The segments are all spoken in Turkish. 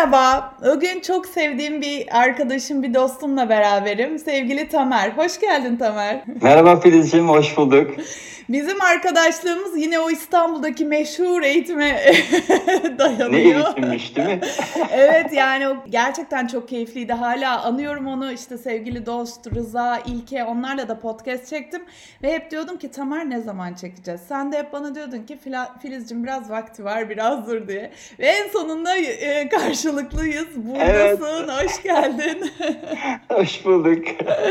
Merhaba, bugün çok sevdiğim bir arkadaşım, bir dostumla beraberim. Sevgili Tamer. Hoş geldin Tamer. Merhaba Filizciğim, hoş bulduk. Bizim arkadaşlığımız yine o İstanbul'daki meşhur eğitime Ne dayanıyor. eğitimmiş değil mi? Evet yani o gerçekten çok keyifliydi. Hala anıyorum onu işte sevgili dost Rıza, İlke onlarla da podcast çektim. Ve hep diyordum ki Tamer ne zaman çekeceğiz? Sen de hep bana diyordun ki Filizciğim biraz vakti var biraz dur diye. Ve en sonunda karşılıklıyız. Evet, Buradasın, hoş geldin. hoş bulduk.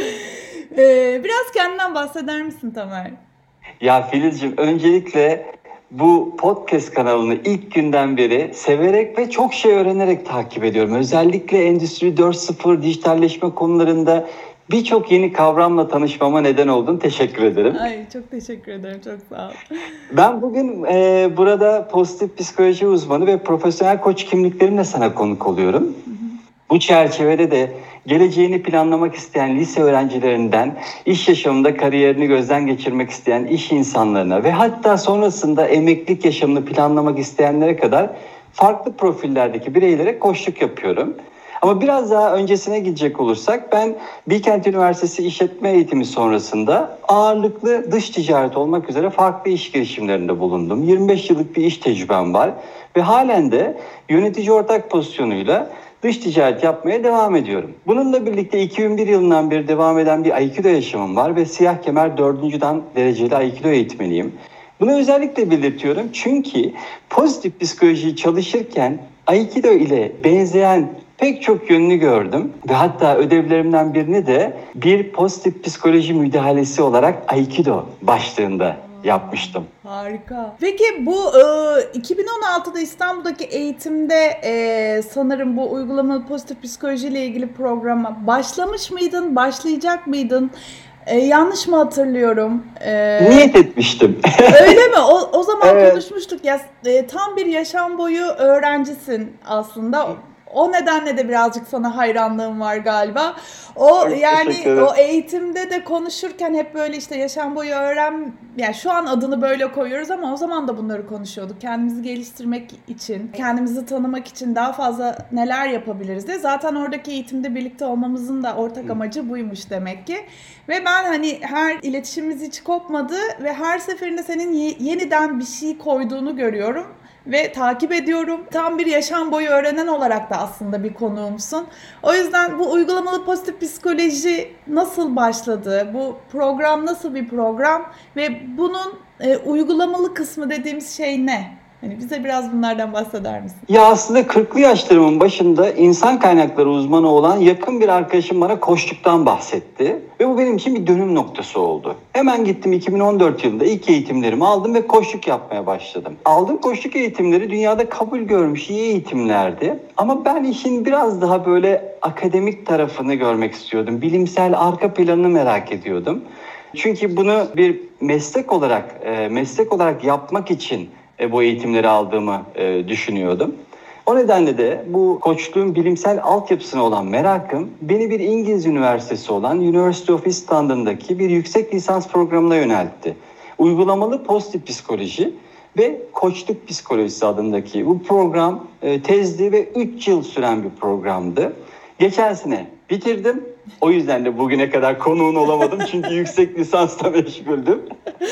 Biraz kendinden bahseder misin Tamer? Ya Filizciğim, öncelikle bu podcast kanalını ilk günden beri severek ve çok şey öğrenerek takip ediyorum. Özellikle Endüstri 4.0, dijitalleşme konularında birçok yeni kavramla tanışmama neden oldun. Teşekkür ederim. Ay çok teşekkür ederim, çok sağ ol. Ben bugün burada pozitif psikoloji uzmanı ve profesyonel koç kimliklerimle sana konuk oluyorum. Bu çerçevede de geleceğini planlamak isteyen lise öğrencilerinden iş yaşamında kariyerini gözden geçirmek isteyen iş insanlarına ve hatta sonrasında emeklilik yaşamını planlamak isteyenlere kadar farklı profillerdeki bireylere koçluk yapıyorum. Ama biraz daha öncesine gidecek olursak ben Bilkent Üniversitesi İşletme Eğitimi sonrasında ağırlıklı dış ticaret olmak üzere farklı iş girişimlerinde bulundum. 25 yıllık bir iş tecrübem var ve halen de yönetici ortak pozisyonuyla dış ticaret yapmaya devam ediyorum. Bununla birlikte 2001 yılından beri devam eden bir Aikido yaşamım var ve siyah kemer 4. dan dereceli Aikido eğitmeniyim. Bunu özellikle belirtiyorum çünkü pozitif psikolojiyi çalışırken Aikido ile benzeyen pek çok yönünü gördüm ve hatta ödevlerimden birini de bir pozitif psikoloji müdahalesi olarak Aikido başlığında yapmıştım. Harika. Peki bu 2016'da İstanbul'daki eğitimde sanırım bu uygulamalı pozitif psikolojiyle ilgili programa başlamış mıydın, başlayacak mıydın? Yanlış mı hatırlıyorum? Niyet etmiştim. Öyle mi? O zaman Evet. konuşmuştuk ya, tam bir yaşam boyu öğrencisin aslında. O nedenle de birazcık sana hayranlığım var galiba. O Çok yani teşekkür ederim. o eğitimde de konuşurken hep böyle işte yaşam boyu yani şu an adını böyle koyuyoruz ama o zaman da bunları konuşuyorduk. Kendimizi geliştirmek için, kendimizi tanımak için daha fazla neler yapabiliriz diye. Zaten oradaki eğitimde birlikte olmamızın da ortak amacı buymuş demek ki. Ve ben hani her iletişimimiz hiç kopmadı ve her seferinde senin yeniden bir şey koyduğunu görüyorum. Ve takip ediyorum. Tam bir yaşam boyu öğrenen olarak da aslında bir konuğumsun. O yüzden bu uygulamalı pozitif psikoloji nasıl başladı? Bu program nasıl bir program? Ve bunun uygulamalı kısmı dediğimiz şey ne? Hani bize biraz bunlardan bahseder misin? Ya aslında 40'lı yaşlarımın başında insan kaynakları uzmanı olan yakın bir arkadaşım bana koçluktan bahsetti. Ve bu benim için bir dönüm noktası oldu. Hemen gittim 2014 yılında ilk eğitimlerimi aldım ve koçluk yapmaya başladım. Aldığım koçluk eğitimleri dünyada kabul görmüş iyi eğitimlerdi. Ama ben işin biraz daha böyle akademik tarafını görmek istiyordum. Bilimsel arka planını merak ediyordum. Çünkü bunu bir meslek olarak yapmak için bu eğitimleri aldığımı düşünüyordum. O nedenle de bu koçluğun bilimsel altyapısına olan merakım beni bir İngiliz üniversitesi olan University of East London'daki bir yüksek lisans programına yöneltti. Uygulamalı pozitif psikoloji ve koçluk psikolojisi adındaki bu program tezli ve 3 yıl süren bir programdı. Geçen sene bitirdim. O yüzden de bugüne kadar konuğun olamadım çünkü yüksek lisansla meşguldüm.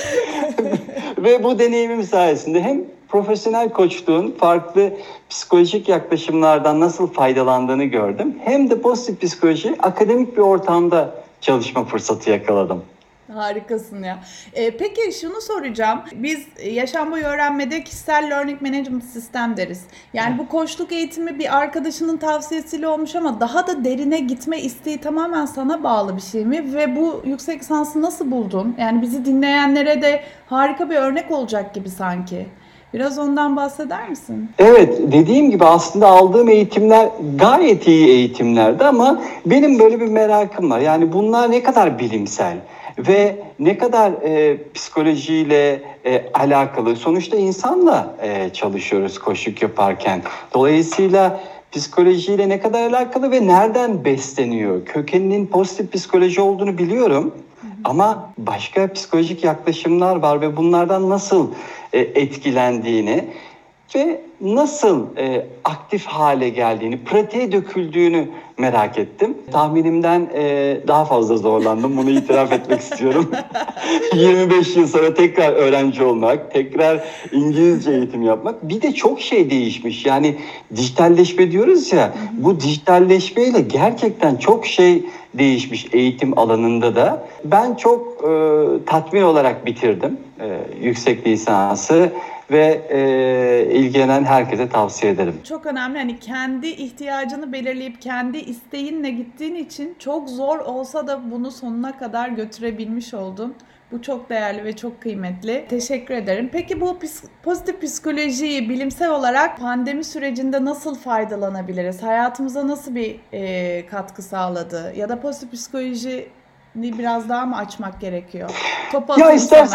Ve bu deneyimim sayesinde hem profesyonel koçluğun farklı psikolojik yaklaşımlardan nasıl faydalandığını gördüm. Hem de pozitif psikoloji akademik bir ortamda çalışma fırsatı yakaladım. Harikasın ya. Peki şunu soracağım. Biz yaşam boyu öğrenmede kişisel learning management sistem deriz. Yani bu koçluk eğitimi bir arkadaşının tavsiyesiyle olmuş ama daha da derine gitme isteği tamamen sana bağlı bir şey mi? Ve bu yüksek lisansı nasıl buldun? Yani bizi dinleyenlere de harika bir örnek olacak gibi sanki. Biraz ondan bahseder misin? Evet, dediğim gibi aslında aldığım eğitimler gayet iyi eğitimlerdi ama benim böyle bir merakım var. Yani bunlar ne kadar bilimsel ve ne kadar psikolojiyle alakalı. Sonuçta insanla çalışıyoruz koçluk yaparken. Dolayısıyla psikolojiyle ne kadar alakalı ve nereden besleniyor? Kökeninin pozitif psikoloji olduğunu biliyorum. Ama başka psikolojik yaklaşımlar var ve bunlardan nasıl etkilendiğini ve nasıl aktif hale geldiğini, pratiğe döküldüğünü merak ettim. Tahminimden daha fazla zorlandım. Bunu itiraf etmek istiyorum. 25 yıl sonra tekrar öğrenci olmak, tekrar İngilizce eğitim yapmak. Bir de çok şey değişmiş. Yani dijitalleşme diyoruz ya, bu dijitalleşmeyle gerçekten çok şey değişmiş eğitim alanında da. Ben çok tatmin olarak bitirdim yüksek lisansı ve ilgilenen herkese tavsiye ederim. Çok önemli. Hani kendi ihtiyacını belirleyip kendi isteğinle gittiğin için çok zor olsa da bunu sonuna kadar götürebilmiş oldun. Bu çok değerli ve çok kıymetli. Teşekkür ederim. Peki bu pozitif psikolojiyi bilimsel olarak pandemi sürecinde nasıl faydalanabiliriz? Hayatımıza nasıl bir katkı sağladı? Ya da pozitif psikoloji biraz daha mı açmak gerekiyor? Ya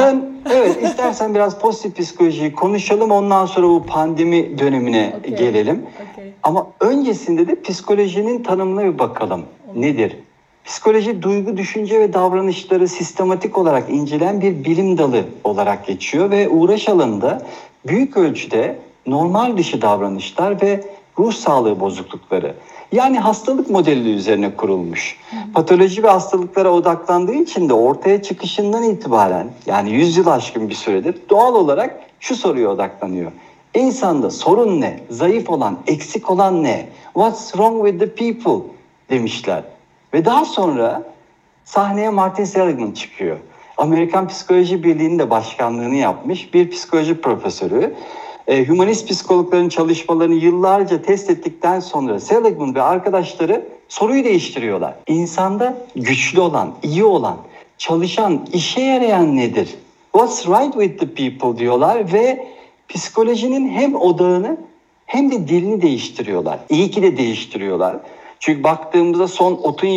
istersen biraz pozitif psikolojiyi konuşalım, ondan sonra bu pandemi dönemine gelelim. Ama öncesinde de psikolojinin tanımına bir bakalım. Nedir? Psikoloji, duygu, düşünce ve davranışları sistematik olarak incelen bir bilim dalı olarak geçiyor ve uğraş alanında büyük ölçüde normal dışı davranışlar ve ruh sağlığı bozuklukları, yani hastalık modeli üzerine kurulmuş. Patoloji ve hastalıklara odaklandığı için de ortaya çıkışından itibaren, yani 100 yıl aşkın bir süredir doğal olarak şu soruya odaklanıyor. İnsanda sorun ne? Zayıf olan, eksik olan ne? What's wrong with the people? Demişler. Ve daha sonra sahneye Martin Seligman çıkıyor. Amerikan Psikoloji Birliği'nin de başkanlığını yapmış bir psikoloji profesörü. Hümanist psikologların çalışmalarını yıllarca test ettikten sonra Seligman ve arkadaşları soruyu değiştiriyorlar. İnsanda güçlü olan, iyi olan, çalışan, işe yarayan nedir? What's right with the people diyorlar ve psikolojinin hem odağını hem de dilini değiştiriyorlar. İyi ki de değiştiriyorlar. Çünkü baktığımızda son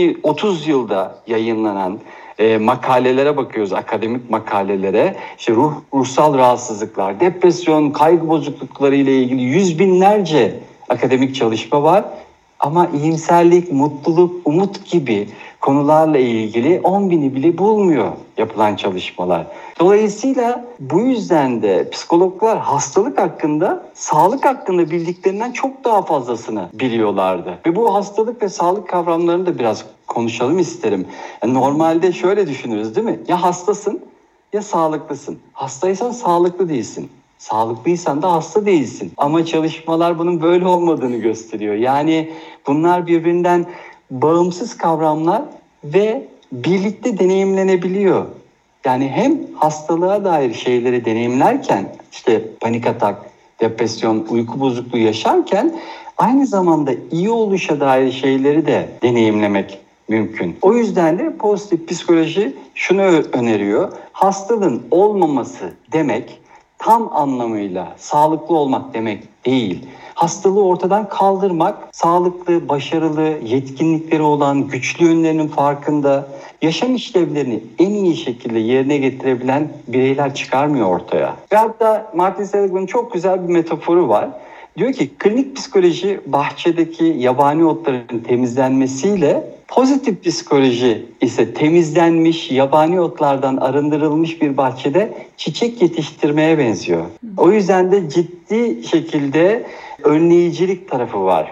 30 yılda yayınlanan makalelere bakıyoruz, akademik makalelere. İşte ruhsal rahatsızlıklar, depresyon, kaygı bozuklukları ile ilgili yüz binlerce akademik çalışma var. Ama iyimserlik, mutluluk, umut gibi konularla ilgili 10 bini bile bulmuyor yapılan çalışmalar. Dolayısıyla bu yüzden de psikologlar hastalık hakkında, sağlık hakkında bildiklerinden çok daha fazlasını biliyorlardı. Ve bu hastalık ve sağlık kavramlarını da biraz konuşalım isterim. Yani normalde şöyle düşünürüz değil mi? Ya hastasın ya sağlıklısın. Hastaysan sağlıklı değilsin. Sağlıklıysan da hasta değilsin. Ama çalışmalar bunun böyle olmadığını gösteriyor. Yani bunlar birbirinden bağımsız kavramlar ve birlikte deneyimlenebiliyor. Yani hem hastalığa dair şeyleri deneyimlerken, işte panik atak, depresyon, uyku bozukluğu yaşarken aynı zamanda iyi oluşa dair şeyleri de deneyimlemek mümkün. O yüzden de pozitif psikoloji şunu öneriyor. Hastalığın olmaması demek tam anlamıyla sağlıklı olmak demek değil. Hastalığı ortadan kaldırmak, sağlıklı, başarılı, yetkinlikleri olan, güçlü yönlerinin farkında, yaşam işlevlerini en iyi şekilde yerine getirebilen bireyler çıkarmıyor ortaya. Ve hatta Martin Seligman'ın çok güzel bir metaforu var. Diyor ki klinik psikoloji bahçedeki yabani otların temizlenmesiyle pozitif psikoloji ise temizlenmiş yabani otlardan arındırılmış bir bahçede çiçek yetiştirmeye benziyor. O yüzden de ciddi şekilde önleyicilik tarafı var.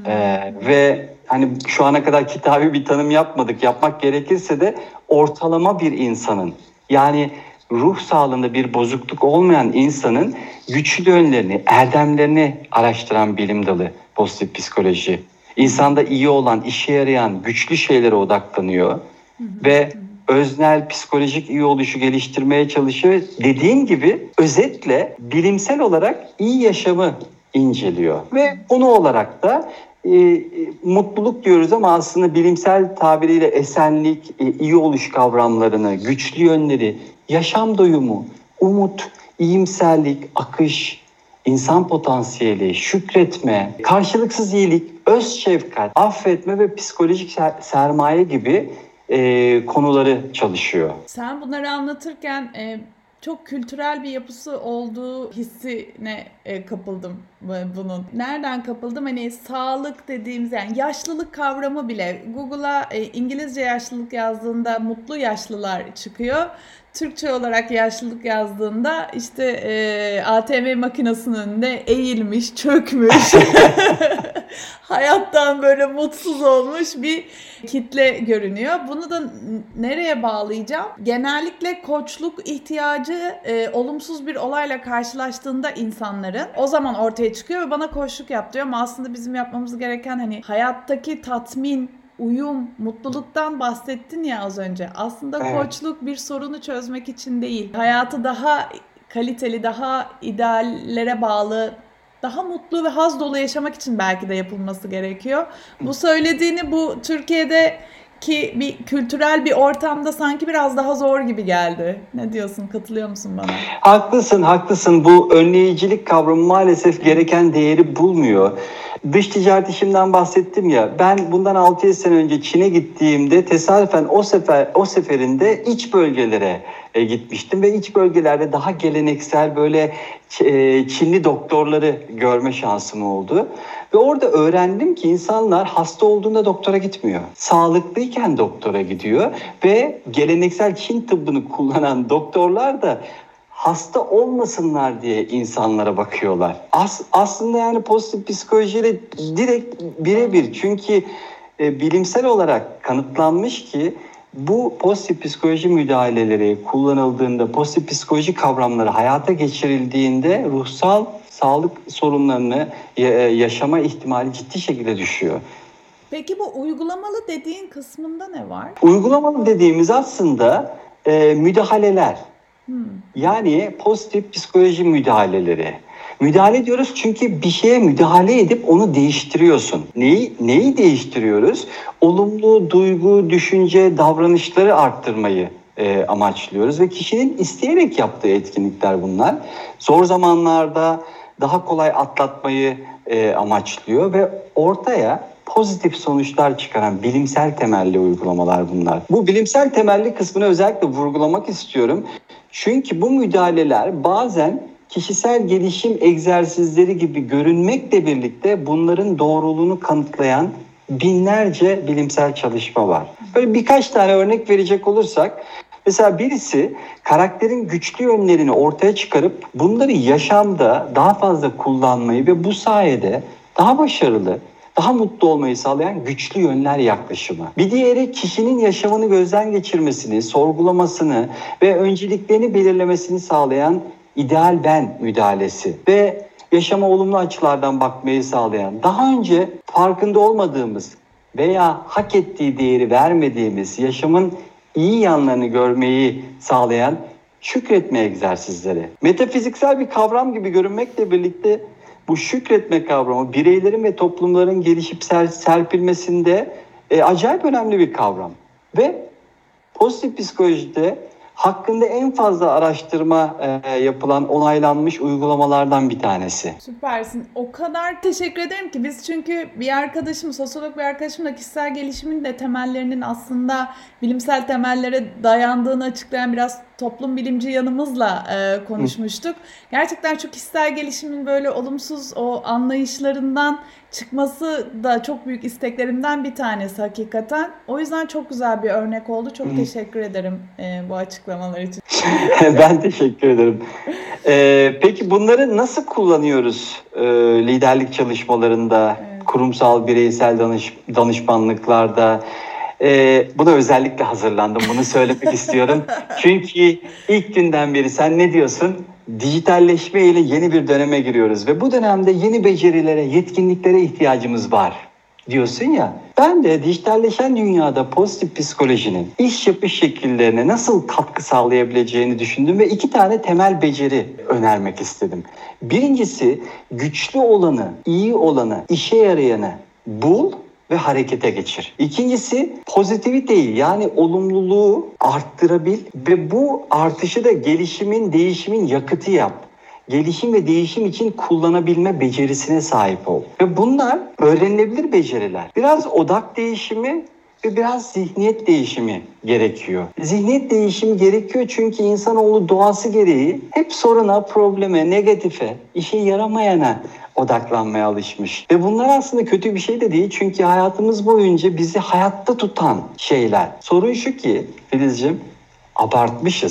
Ve hani şu ana kadar kitabi bir tanım yapmadık. Yapmak gerekirse de ortalama bir insanın, yani ruh sağlığında bir bozukluk olmayan insanın güçlü yönlerini, erdemlerini araştıran bilim dalı pozitif psikoloji. İnsanda iyi olan, işe yarayan, güçlü şeylere odaklanıyor ve öznel, psikolojik iyi oluşu geliştirmeye çalışıyor. Dediğim gibi özetle bilimsel olarak iyi yaşamı inceliyor. Ve konu olarak da mutluluk diyoruz ama aslında bilimsel tabiriyle esenlik, iyi oluş kavramlarını, güçlü yönleri, yaşam doyumu, umut, iyimserlik, akış, insan potansiyeli, şükretme, karşılıksız iyilik, öz şefkat, affetme ve psikolojik sermaye gibi konuları çalışıyor. Sen bunları anlatırken çok kültürel bir yapısı olduğu hissine kapıldım bunun. Nereden kapıldım? Hani sağlık dediğimiz, yani yaşlılık kavramı bile Google'a İngilizce yaşlılık yazdığında mutlu yaşlılar çıkıyor. Türkçe olarak yaşlılık yazdığında işte ATM makinesinin önünde eğilmiş, çökmüş, hayattan böyle mutsuz olmuş bir kitle görünüyor. Bunu da nereye bağlayacağım? Genellikle koçluk ihtiyacı olumsuz bir olayla karşılaştığında insanların o zaman ortaya çıkıyor ve bana koçluk yap diyor. Ama aslında bizim yapmamız gereken hani hayattaki tatmin, uyum, mutluluktan bahsettin ya az önce. Aslında Evet. koçluk bir sorunu çözmek için değil. Hayatı daha kaliteli, daha ideallere bağlı, daha mutlu ve haz dolu yaşamak için belki de yapılması gerekiyor. Bu söylediğini bu Türkiye'deki bir kültürel bir ortamda sanki biraz daha zor gibi geldi. Ne diyorsun? Katılıyor musun bana? Haklısın. Bu önleyicilik kavramı maalesef gereken değeri bulmuyor. Dış ticaret işimden bahsettim ya. Ben bundan 6-7 sene önce Çin'e gittiğimde tesadüfen o seferinde iç bölgelere gitmiştim ve iç bölgelerde daha geleneksel böyle Çinli doktorları görme şansım oldu. Ve orada öğrendim ki insanlar hasta olduğunda doktora gitmiyor. Sağlıklıyken doktora gidiyor ve geleneksel Çin tıbbını kullanan doktorlar da hasta olmasınlar diye insanlara bakıyorlar. Aslında yani pozitif psikolojiyle direkt birebir. Çünkü bilimsel olarak kanıtlanmış ki bu pozitif psikoloji müdahaleleri kullanıldığında, pozitif psikoloji kavramları hayata geçirildiğinde ruhsal sağlık sorunlarını yaşama ihtimali ciddi şekilde düşüyor. Peki bu uygulamalı dediğin kısmında ne var? Uygulamalı dediğimiz aslında müdahaleler. Yani pozitif psikoloji müdahaleleri. Müdahale diyoruz çünkü bir şeye müdahale edip onu değiştiriyorsun. Neyi değiştiriyoruz? Olumlu duygu, düşünce, davranışları arttırmayı amaçlıyoruz ve kişinin isteyerek yaptığı etkinlikler bunlar. Zor zamanlarda daha kolay atlatmayı amaçlıyor ve ortaya pozitif sonuçlar çıkaran bilimsel temelli uygulamalar bunlar. Bu bilimsel temelli kısmını özellikle vurgulamak istiyorum. Çünkü bu müdahaleler bazen kişisel gelişim egzersizleri gibi görünmekle birlikte bunların doğruluğunu kanıtlayan binlerce bilimsel çalışma var. Böyle birkaç tane örnek verecek olursak, mesela birisi karakterin güçlü yönlerini ortaya çıkarıp bunları yaşamda daha fazla kullanmayı ve bu sayede daha başarılı, daha mutlu olmayı sağlayan güçlü yönler yaklaşımı. Bir diğeri kişinin yaşamını gözden geçirmesini, sorgulamasını ve önceliklerini belirlemesini sağlayan ideal ben müdahalesi ve yaşama olumlu açılardan bakmayı sağlayan, daha önce farkında olmadığımız veya hak ettiği değeri vermediğimiz yaşamın iyi yanlarını görmeyi sağlayan şükretme egzersizleri. Metafiziksel bir kavram gibi görünmekle birlikte bu şükretme kavramı bireylerin ve toplumların gelişip serpilmesinde acayip önemli bir kavram. Ve pozitif psikolojide hakkında en fazla araştırma yapılan, onaylanmış uygulamalardan bir tanesi. Süpersin. O kadar teşekkür ederim ki biz çünkü sosyolog bir arkadaşımla kişisel gelişimin de temellerinin aslında bilimsel temellere dayandığını açıklayan biraz toplum bilimci yanımızla konuşmuştuk. Gerçekten şu kişisel gelişimin böyle olumsuz o anlayışlarından çıkması da çok büyük isteklerimden bir tanesi hakikaten. O yüzden çok güzel bir örnek oldu. Çok teşekkür ederim bu açıklamalar için. Ben teşekkür ederim. Peki bunları nasıl kullanıyoruz liderlik çalışmalarında, kurumsal, bireysel danışmanlıklarda? Buna özellikle hazırlandım. Bunu söylemek istiyorum. Çünkü ilk günden beri sen ne diyorsun? Dijitalleşme ile yeni bir döneme giriyoruz ve bu dönemde yeni becerilere, yetkinliklere ihtiyacımız var diyorsun ya. Ben de dijitalleşen dünyada pozitif psikolojinin iş yapış şekillerine nasıl katkı sağlayabileceğini düşündüm ve 2 tane temel beceri önermek istedim. Birincisi güçlü olanı, iyi olanı, işe yarayanı bul ve harekete geçir. İkincisi pozitiviteyi yani olumluluğu arttırabil ve bu artışı da gelişimin, değişimin yakıtı yap. Gelişim ve değişim için kullanabilme becerisine sahip ol. Ve bunlar öğrenilebilir beceriler. Biraz odak değişimi ve biraz zihniyet değişimi gerekiyor. Zihniyet değişimi gerekiyor çünkü insanoğlu doğası gereği hep soruna, probleme, negatife, işe yaramayana odaklanmaya alışmış. Ve bunlar aslında kötü bir şey de değil çünkü hayatımız boyunca bizi hayatta tutan şeyler. Sorun şu ki Filizciğim, abartmışız.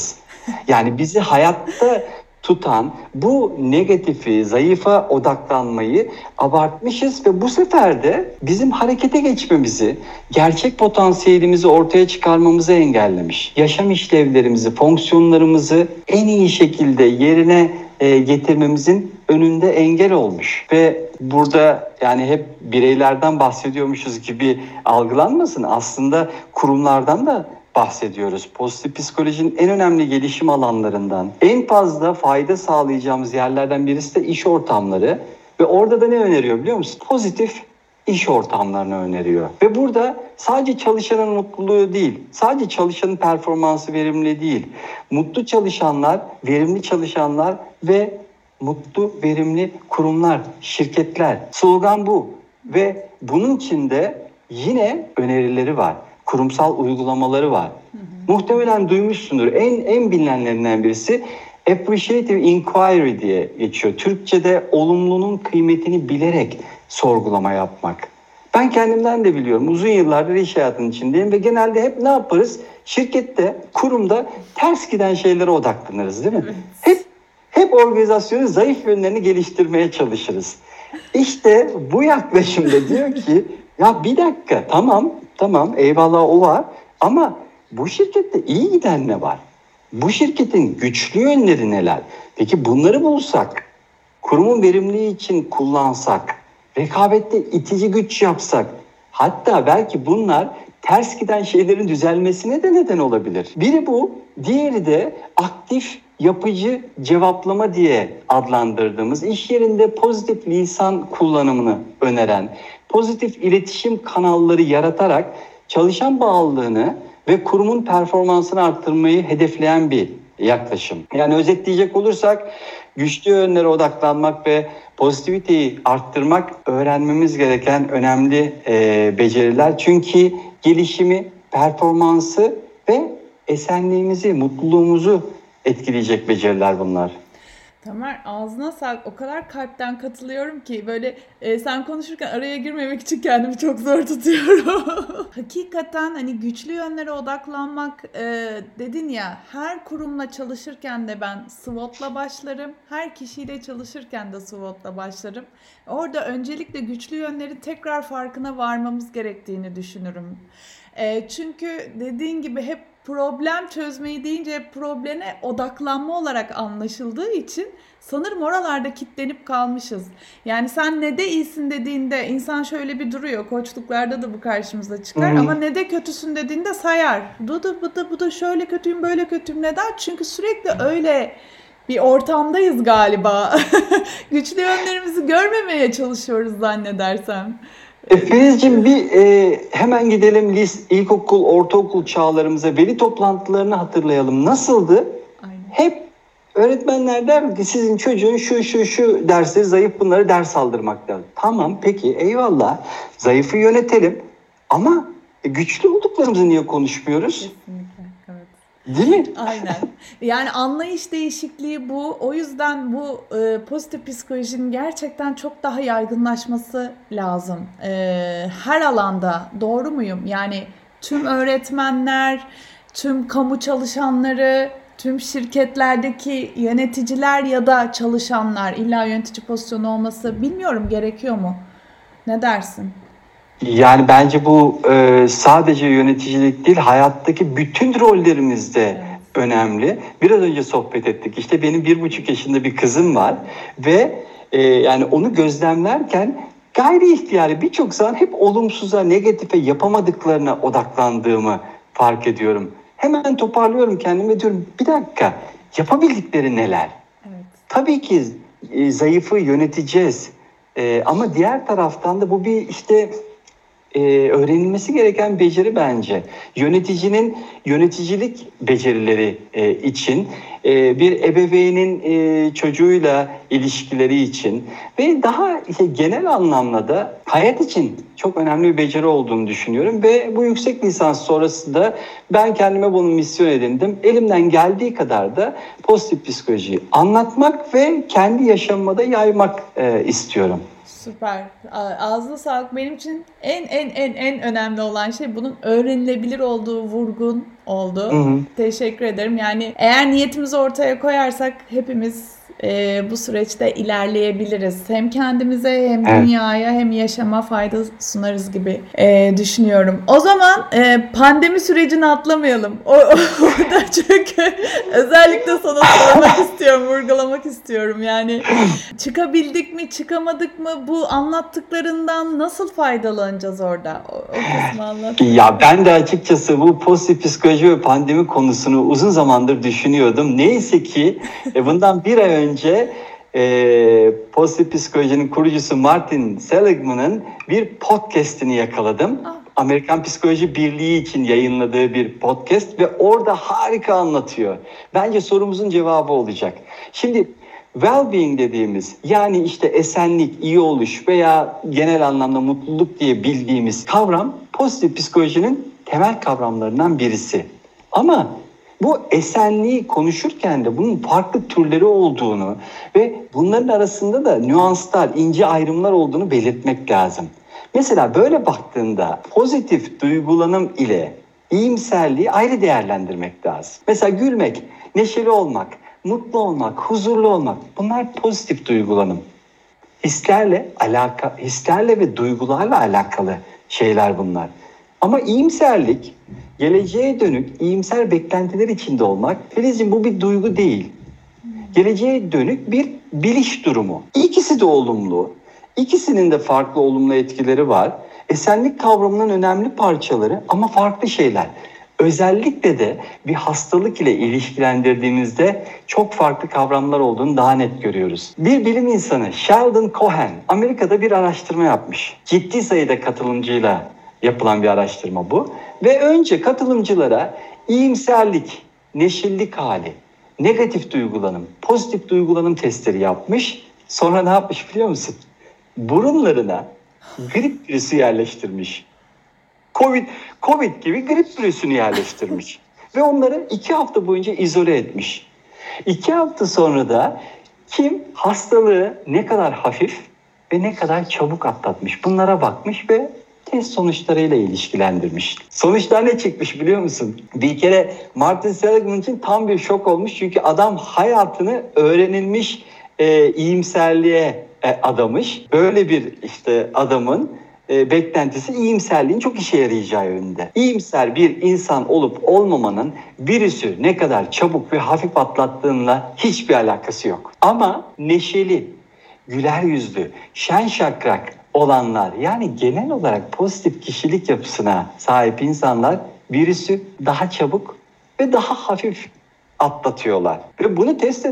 Yani bizi hayatta tutan bu negatifi, zayıfa odaklanmayı abartmışız ve bu sefer de bizim harekete geçmemizi, gerçek potansiyelimizi ortaya çıkarmamızı engellemiş. Yaşam işlevlerimizi, fonksiyonlarımızı en iyi şekilde yerine getirmemizin önünde engel olmuş. Ve burada yani hep bireylerden bahsediyormuşuz gibi algılanmasın. Aslında kurumlardan da bahsediyoruz. Pozitif psikolojinin en önemli gelişim alanlarından, en fazla fayda sağlayacağımız yerlerden birisi de iş ortamları. Ve orada da ne öneriyor biliyor musun? Pozitif iş ortamlarını öneriyor. Ve burada sadece çalışanın mutluluğu değil, sadece çalışanın performansı verimli değil. Mutlu çalışanlar, verimli çalışanlar ve mutlu, verimli kurumlar, şirketler. Slogan bu. Ve bunun içinde yine önerileri var. Kurumsal uygulamaları var. Muhtemelen duymuşsundur. En bilinenlerinden birisi Appreciative Inquiry diye geçiyor. Türkçe'de olumlunun kıymetini bilerek sorgulama yapmak. Ben kendimden de biliyorum. Uzun yıllardır iş hayatının içindeyim ve genelde hep ne yaparız? Şirkette, kurumda ters giden şeylere odaklanırız değil mi? Evet. Hep organizasyonun zayıf yönlerini geliştirmeye çalışırız. İşte bu yaklaşımda diyor ki ya bir dakika tamam eyvallah o var ama bu şirkette iyi giden ne var? Bu şirketin güçlü yönleri neler? Peki bunları bulsak, kurumun verimliliği için kullansak, rekabette itici güç yapsak, hatta belki bunlar ters giden şeylerin düzelmesine de neden olabilir. Biri bu, diğeri de aktif yapıcı cevaplama diye adlandırdığımız iş yerinde pozitif lisan kullanımını öneren, pozitif iletişim kanalları yaratarak çalışan bağlılığını ve kurumun performansını arttırmayı hedefleyen bir yaklaşım. Yani özetleyecek olursak güçlü yönlere odaklanmak ve pozitiviteyi arttırmak öğrenmemiz gereken önemli beceriler. Çünkü gelişimi, performansı ve esenliğimizi, mutluluğumuzu etkileyecek beceriler bunlar. Tamer, ağzına sağlık. O kadar kalpten katılıyorum ki böyle sen konuşurken araya girmemek için kendimi çok zor tutuyorum. Hakikaten hani güçlü yönlere odaklanmak dedin ya, her kurumla çalışırken de ben SWOT'la başlarım. Her kişiyle çalışırken de SWOT'la başlarım. Orada öncelikle güçlü yönleri tekrar farkına varmamız gerektiğini düşünürüm. Çünkü dediğin gibi hep problem çözmeyi deyince probleme odaklanma olarak anlaşıldığı için sanırım oralarda kilitlenip kalmışız. Yani sen ne de iyisin dediğinde insan şöyle bir duruyor. Koçluklarda da bu karşımıza çıkar. Ama ne de kötüsün dediğinde sayar. Bu da şöyle kötüyüm, böyle kötüyüm. Neden? Çünkü sürekli öyle bir ortamdayız galiba. Güçlü yönlerimizi görmemeye çalışıyoruz zannedersem. Filizciğim hemen gidelim ilkokul, ortaokul çağlarımıza, veli toplantılarını hatırlayalım. Nasıldı? Aynen. Hep öğretmenler der ki sizin çocuğun şu dersi zayıf, bunları ders aldırmak lazım. Tamam peki eyvallah, zayıfı yönetelim ama güçlü olduklarımızı niye konuşmuyoruz? Kesinlikle, evet. Değil mi? Aynen. Yani anlayış değişikliği bu. O yüzden bu pozitif psikolojinin gerçekten çok daha yaygınlaşması lazım. Her alanda. Doğru muyum? Yani tüm öğretmenler, tüm kamu çalışanları, tüm şirketlerdeki yöneticiler ya da çalışanlar, illa yönetici pozisyonu olması bilmiyorum, gerekiyor mu? Ne dersin? Yani bence bu sadece yöneticilik değil, hayattaki bütün rollerimizde önemli. Biraz önce sohbet ettik. İşte benim 1,5 yaşında bir kızım var ve yani onu gözlemlerken gayri ihtiyari birçok zaman hep olumsuza, negatife, yapamadıklarına odaklandığımı fark ediyorum. Hemen toparlıyorum kendimi ve diyorum bir dakika, yapabildikleri neler? Evet. Tabii ki zayıfı yöneteceğiz. Ama diğer taraftan da bu bir işte öğrenilmesi gereken beceri bence. Yöneticinin yöneticilik becerileri için, bir ebeveynin çocuğuyla ilişkileri için ve daha genel anlamda da hayat için çok önemli bir beceri olduğunu düşünüyorum. Ve bu yüksek lisans sonrasında ben kendime bunu misyon edindim. Elimden geldiği kadar da pozitif psikolojiyi anlatmak ve kendi yaşamıma da yaymak istiyorum. Süper. Ağzına sağlık. Benim için en önemli olan şey bunun öğrenilebilir olduğu, vurgun oldu. Hı hı. Teşekkür ederim. Yani eğer niyetimizi ortaya koyarsak hepimiz bu süreçte ilerleyebiliriz. Hem kendimize hem Evet. dünyaya hem yaşama fayda sunarız gibi düşünüyorum. O zaman pandemi sürecini atlamayalım. Orada çünkü özellikle sana sormak istiyorum, vurgulamak istiyorum. Yani çıkabildik mi, çıkamadık mı? Bu anlattıklarından nasıl faydalanacağız orada? O kısmı anlat. Ya ben de açıkçası bu pozitif psikoloji ve pandemi konusunu uzun zamandır düşünüyordum. Neyse ki bundan bir ay önce pozitif psikolojinin kurucusu Martin Seligman'ın bir podcast'ini yakaladım. Amerikan Psikoloji Birliği için yayınladığı bir podcast ve orada harika anlatıyor. Bence sorumuzun cevabı olacak. Şimdi well-being dediğimiz, yani işte esenlik, iyi oluş veya genel anlamda mutluluk diye bildiğimiz kavram pozitif psikolojinin temel kavramlarından birisi. Ama bu esenliği konuşurken de bunun farklı türleri olduğunu ve bunların arasında da nüanslar, ince ayrımlar olduğunu belirtmek lazım. Mesela böyle baktığında pozitif duygulanım ile iyimserliği ayrı değerlendirmek lazım. Mesela gülmek, neşeli olmak, mutlu olmak, huzurlu olmak, bunlar pozitif duygulanım. Hislerle ve duygularla alakalı şeyler bunlar. Ama iyimserlik, geleceğe dönük iyimser beklentiler içinde olmak, Filizciğim, bu bir duygu değil. Geleceğe dönük bir biliş durumu. İkisi de olumlu. İkisinin de farklı olumlu etkileri var. Esenlik kavramının önemli parçaları ama farklı şeyler. Özellikle de bir hastalık ile ilişkilendirdiğimizde çok farklı kavramlar olduğunu daha net görüyoruz. Bir bilim insanı Sheldon Cohen Amerika'da bir araştırma yapmış. Ciddi sayıda katılımcıyla yapılan bir araştırma bu. Ve önce katılımcılara iyimserlik, neşillik hali, negatif duygulanım, pozitif duygulanım testleri yapmış. Sonra ne yapmış biliyor musun? Burunlarına grip virüsü yerleştirmiş. Covid gibi grip virüsünü yerleştirmiş. Ve onları 2 hafta boyunca izole etmiş. 2 hafta sonra da kim hastalığı ne kadar hafif ve ne kadar çabuk atlatmış, bunlara bakmış ve test sonuçlarıyla ilişkilendirmiş. Sonuçlar ne çıkmış biliyor musun? Bir kere Martin Seligman için tam bir şok olmuş. Çünkü adam hayatını öğrenilmiş iyimserliğe adamış. Böyle bir işte adamın beklentisi iyimserliğin çok işe yarayacağı yönünde. İyimser bir insan olup olmamanın virüsü ne kadar çabuk ve hafif atlattığınla hiçbir alakası yok. Ama neşeli, güler yüzlü, şen şakrak olanlar, yani genel olarak pozitif kişilik yapısına sahip insanlar virüsü daha çabuk ve daha hafif atlatıyorlar. Ve bunu test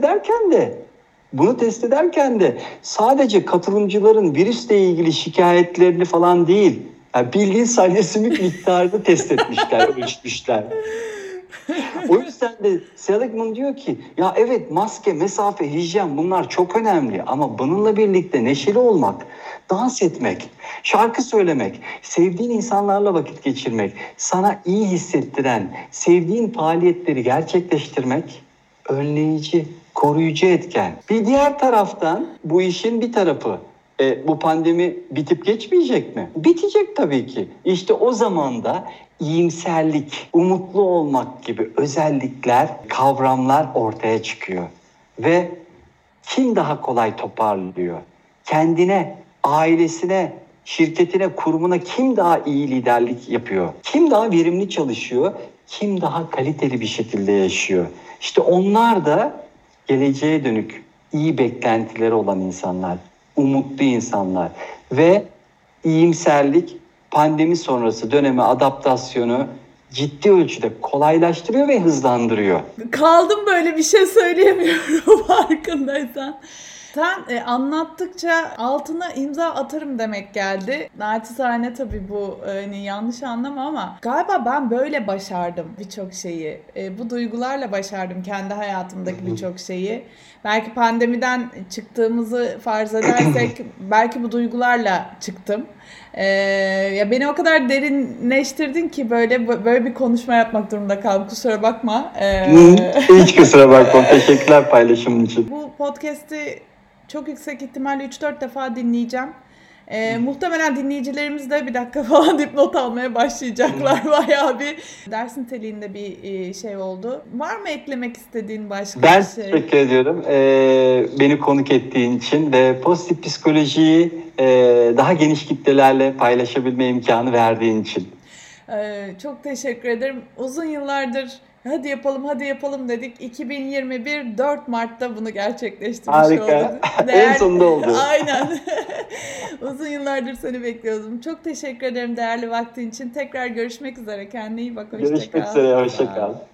ederken de sadece katılımcıların virüsle ilgili şikayetlerini falan değil, yani bildiğin salyasimik miktarını test etmişler, ölçmüşler. O yüzden de Seligman diyor ki ya evet, maske, mesafe, hijyen, bunlar çok önemli ama bununla birlikte neşeli olmak, dans etmek, şarkı söylemek, sevdiğin insanlarla vakit geçirmek, sana iyi hissettiren, sevdiğin faaliyetleri gerçekleştirmek önleyici, koruyucu etken. Bir diğer taraftan bu işin bir tarafı. Bu pandemi bitip geçmeyecek mi? Bitecek tabii ki. İşte o zaman da iyimserlik, umutlu olmak gibi özellikler, kavramlar ortaya çıkıyor. Ve kim daha kolay toparlıyor? Kendine, ailesine, şirketine, kurumuna kim daha iyi liderlik yapıyor? Kim daha verimli çalışıyor? Kim daha kaliteli bir şekilde yaşıyor? İşte onlar da geleceğe dönük iyi beklentileri olan insanlar, umutlu insanlar ve iyimserlik pandemi sonrası döneme adaptasyonu ciddi ölçüde kolaylaştırıyor ve hızlandırıyor. Kaldım, böyle bir şey söyleyemiyorum farkındaysan. Sen anlattıkça altına imza atarım demek geldi. Naçizane tabii bu hani yanlış anlama ama galiba ben böyle başardım birçok şeyi. Bu duygularla başardım kendi hayatımdaki birçok şeyi. Belki pandemiden çıktığımızı farz edersek belki bu duygularla çıktım. Ya beni o kadar derinleştirdin ki böyle bir konuşma yapmak durumunda kaldım. Kusura bakma. Hiç kusura bakma. Teşekkürler paylaşımın için. Bu podcast'i çok yüksek ihtimalle 3-4 defa dinleyeceğim. Muhtemelen dinleyicilerimiz de bir dakika falan deyip not almaya başlayacaklar. Bayağı bir ders niteliğinde bir şey oldu. Var mı eklemek istediğin başka Ben bir şey? teşekkür ediyorum. Beni konuk ettiğin için ve pozitif psikolojiyi daha geniş kitlelerle paylaşabilme imkanı verdiğin için. Çok teşekkür ederim. Uzun yıllardır hadi yapalım dedik. 2021 4 Mart'ta bunu gerçekleştirmiş Harika. olduk. En sonunda oldu. Aynen. Uzun yıllardır seni bekliyordum. Çok teşekkür ederim değerli vaktin için. Tekrar görüşmek üzere. Kendine iyi bak. Hoşça Görüşmek kal. üzere. Hoşça kal.